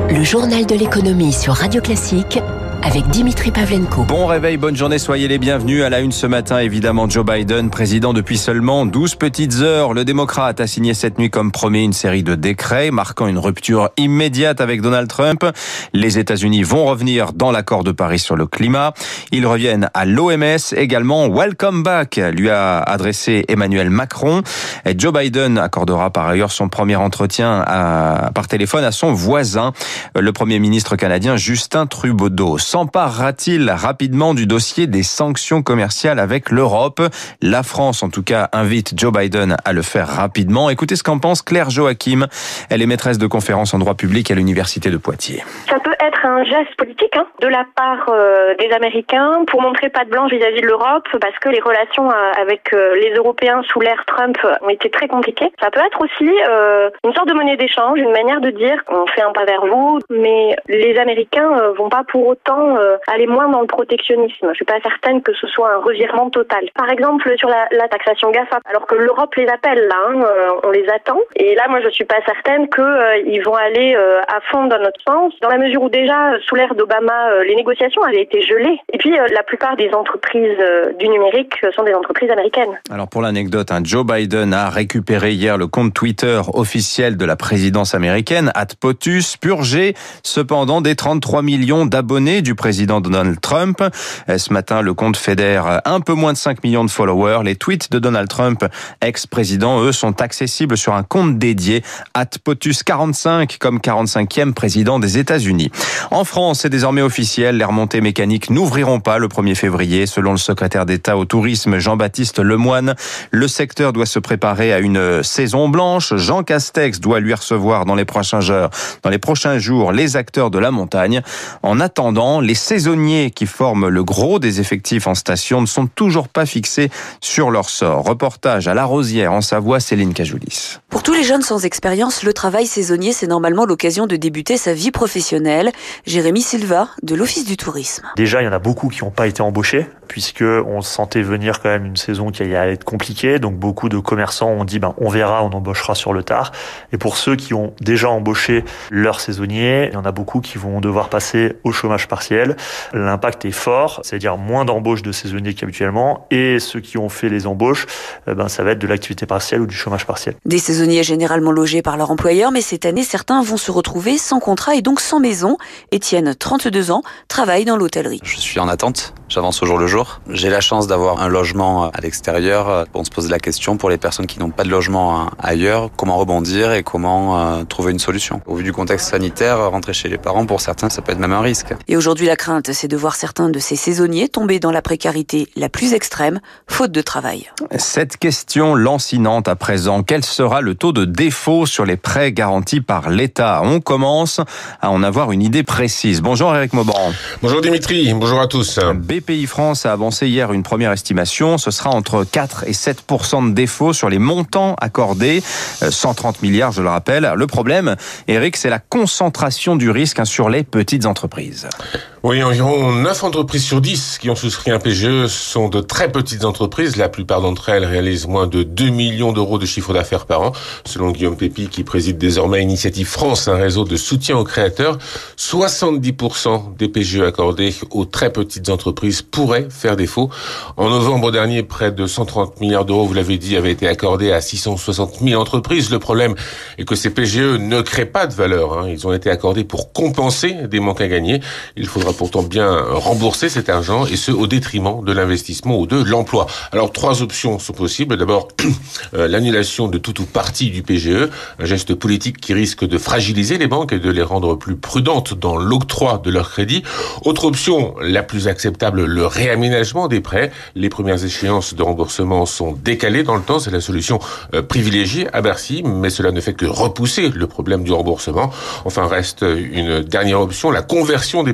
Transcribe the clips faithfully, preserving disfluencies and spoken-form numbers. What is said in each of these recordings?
Le journal de l'économie sur Radio Classique avec Dimitri Pavlenko. Bon réveil, bonne journée, soyez les bienvenus. À la une ce matin, évidemment, Joe Biden, président depuis seulement douze petites heures. Le démocrate a signé cette nuit, comme promis, une série de décrets marquant une rupture immédiate avec Donald Trump. Les États-Unis vont revenir dans l'accord de Paris sur le climat. Ils reviennent à l'O M S également. Welcome back, lui a adressé Emmanuel Macron. Et Joe Biden accordera par ailleurs son premier entretien à, par téléphone à son voisin, le Premier ministre canadien Justin Trudeau. S'emparera-t-il rapidement du dossier des sanctions commerciales avec l'Europe? La France, en tout cas, invite Joe Biden à le faire rapidement. Écoutez ce qu'en pense Claire Joachim. Elle est maîtresse de conférences en droit public à l'Université de Poitiers. Ça peut être un geste politique hein, de la part euh, des Américains pour montrer patte blanche vis-à-vis de l'Europe parce que les relations euh, avec euh, les Européens sous l'ère Trump ont été très compliquées. Ça peut être aussi euh, une sorte de monnaie d'échange, une manière de dire qu'on fait un pas vers vous, mais les Américains euh, vont pas pour autant euh, aller moins dans le protectionnisme. Je suis pas certaine que ce soit un revirement total. Par exemple, sur la, la taxation GAFA, alors que l'Europe les appelle là, hein, euh, on les attend. Et là, moi, je suis pas certaine que euh, ils vont aller euh, à fond dans notre sens, dans la mesure où déjà, sous l'ère d'Obama, euh, les négociations avaient été gelées. Et puis, euh, la plupart des entreprises euh, du numérique sont des entreprises américaines. Alors, pour l'anecdote, hein, Joe Biden a récupéré hier le compte Twitter officiel de la présidence américaine, at POTUS, purgé cependant des trente-trois millions d'abonnés du président Donald Trump. Ce matin, le compte fédère un peu moins de cinq millions de followers. Les tweets de Donald Trump, ex-président, eux, sont accessibles sur un compte dédié, at POTUS quarante-cinq, comme quarante-cinquième président des États-Unis. En France, c'est désormais officiel, les remontées mécaniques n'ouvriront pas le premier février. Selon le secrétaire d'État au tourisme, Jean-Baptiste Lemoyne, le secteur doit se préparer à une saison blanche. Jean Castex doit lui recevoir dans les prochains jours, dans les prochains jours les acteurs de la montagne. En attendant, les saisonniers qui forment le gros des effectifs en station ne sont toujours pas fixés sur leur sort. Reportage à La Rosière en Savoie, Céline Cajoulis. Pour tous les jeunes sans expérience, le travail saisonnier, c'est normalement l'occasion de débuter sa vie professionnelle. Jérémy Silva, de l'Office du tourisme. Déjà, il y en a beaucoup qui n'ont pas été embauchés, puisqu'on sentait venir quand même une saison qui allait être compliquée. Donc beaucoup de commerçants ont dit, ben, on verra, on embauchera sur le tard. Et pour ceux qui ont déjà embauché leurs saisonniers, il y en a beaucoup qui vont devoir passer au chômage partiel. L'impact est fort, c'est-à-dire moins d'embauches de saisonniers qu'habituellement. Et ceux qui ont fait les embauches, ben, ça va être de l'activité partielle ou du chômage partiel. Des saisonniers généralement logés par leur employeur, mais cette année, certains vont se retrouver sans contrat et donc sans maison. Étienne, trente-deux ans, travaille dans l'hôtellerie. Je suis en attente, j'avance au jour le jour. J'ai la chance d'avoir un logement à l'extérieur. On se pose la question pour les personnes qui n'ont pas de logement ailleurs, comment rebondir et comment euh, trouver une solution. Au vu du contexte sanitaire, rentrer chez les parents, pour certains, ça peut être même un risque. Et aujourd'hui, la crainte, c'est de voir certains de ces saisonniers tomber dans la précarité la plus extrême, faute de travail. Cette question lancinante à présent, quel sera le taux de défaut sur les prêts garantis par l'État? On commence à en avoir une idée précise. Bonjour Eric Mauban. Bonjour Dimitri, bonjour à tous. B P I France a avancé hier une première estimation. Ce sera entre quatre et sept pour cent de défaut sur les montants accordés. cent trente milliards, je le rappelle. Le problème, Eric, c'est la concentration du risque sur les petites entreprises. Oui, environ neuf entreprises sur dix qui ont souscrit un P G E sont de très petites entreprises. La plupart d'entre elles réalisent moins de deux millions d'euros de chiffre d'affaires par an. Selon Guillaume Pépi, qui préside désormais Initiative France, un réseau de soutien aux créateurs, soixante-dix pour cent des P G E accordés aux très petites entreprises pourraient faire défaut. En novembre dernier, près de cent trente milliards d'euros, vous l'avez dit, avaient été accordés à six cent soixante mille entreprises. Le problème est que ces P G E ne créent pas de valeur. Hein. Ils ont été accordés pour compenser des manques à gagner. Il faudra pourtant bien rembourser cet argent, et ce au détriment de l'investissement ou de l'emploi. Alors trois options sont possibles. D'abord, euh, l'annulation de tout ou partie du P G E, un geste politique qui risque de fragiliser les banques et de les rendre plus prudentes dans l'octroi de leurs crédits. Autre option, la plus acceptable, le réaménagement des prêts. Les premières échéances de remboursement sont décalées dans le temps. C'est la solution euh, privilégiée à Bercy, mais cela ne fait que repousser le problème du remboursement. Enfin, reste une dernière option, la conversion des P G E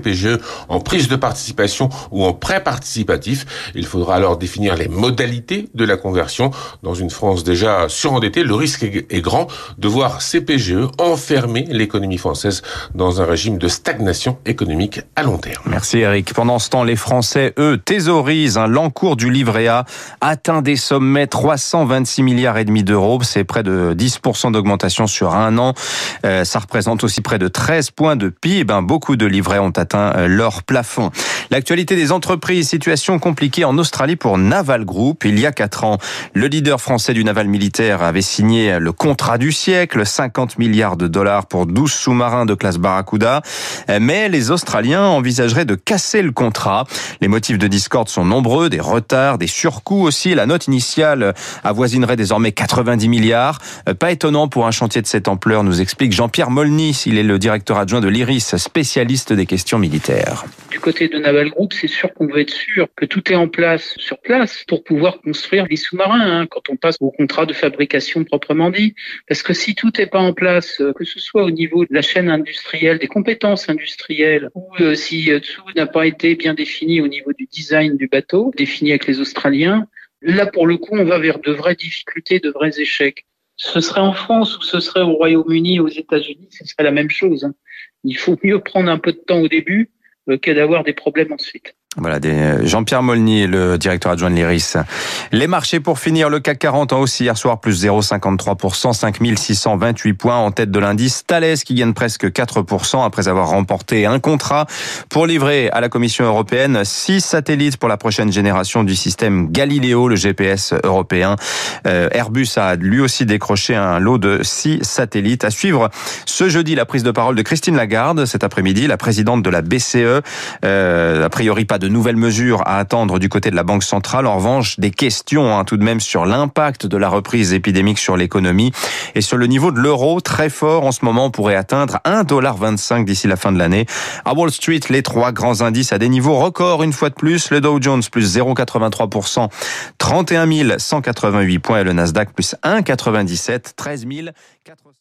en prise de participation ou en prêt participatif. Il faudra alors définir les modalités de la conversion. Dans une France déjà surendettée, le risque est grand de voir ces P G E enfermer l'économie française dans un régime de stagnation économique à long terme. Merci Eric. Pendant ce temps, les Français, eux, thésaurisent. L'encours du livret A atteint des sommets, trois cent vingt-six milliards et demi d'euros. C'est près de dix pour cent d'augmentation sur un an. Euh, ça représente aussi près de treize points de P I B. Beaucoup de livrets ont atteint leur plafond. L'actualité des entreprises, situation compliquée en Australie pour Naval Group. Il y a quatre ans, le leader français du naval militaire avait signé le contrat du siècle, cinquante milliards de dollars pour douze sous-marins de classe Barracuda. Mais les Australiens envisageraient de casser le contrat. Les motifs de discorde sont nombreux, des retards, des surcoûts aussi. La note initiale avoisinerait désormais quatre-vingt-dix milliards. Pas étonnant pour un chantier de cette ampleur, nous explique Jean-Pierre Molny. Il est le directeur adjoint de l'I R I S, spécialiste des questions militaires. Du côté de Naval Group, c'est sûr qu'on veut être sûr que tout est en place, sur place, pour pouvoir construire les sous-marins, hein, quand on passe au contrat de fabrication proprement dit. Parce que si tout n'est pas en place, que ce soit au niveau de la chaîne industrielle, des compétences industrielles, ou euh, si euh, tout n'a pas été bien défini au niveau du design du bateau, défini avec les Australiens, là pour le coup on va vers de vraies difficultés, de vrais échecs. Ce serait en France ou ce serait au Royaume-Uni, aux États-Unis, ce serait la même chose. Hein. Il faut mieux prendre un peu de temps au début euh, que d'avoir des problèmes ensuite. Voilà, des Jean-Pierre Molny, le directeur adjoint de l'I R I S. Les marchés pour finir, le C A C quarante en hausse hier soir, plus zéro virgule cinquante-trois pour cent, cinq mille six cent vingt-huit points en tête de l'indice. Thales qui gagne presque quatre pour cent après avoir remporté un contrat pour livrer à la Commission européenne six satellites pour la prochaine génération du système Galileo, le G P S européen. Euh, Airbus a lui aussi décroché un lot de six satellites. À suivre ce jeudi la prise de parole de Christine Lagarde cet après-midi, la présidente de la B C E. Euh, a priori pas de de nouvelles mesures à attendre du côté de la Banque centrale. En revanche, des questions hein, tout de même sur l'impact de la reprise épidémique sur l'économie et sur le niveau de l'euro très fort en ce moment. On pourrait atteindre un virgule vingt-cinq dollars d'ici la fin de l'année. À Wall Street, les trois grands indices à des niveaux records une fois de plus. Le Dow Jones plus zéro virgule quatre-vingt-trois pour cent, trente et un mille cent quatre-vingt-huit points et le Nasdaq plus un virgule quatre-vingt-dix-sept, treize mille quatre cents.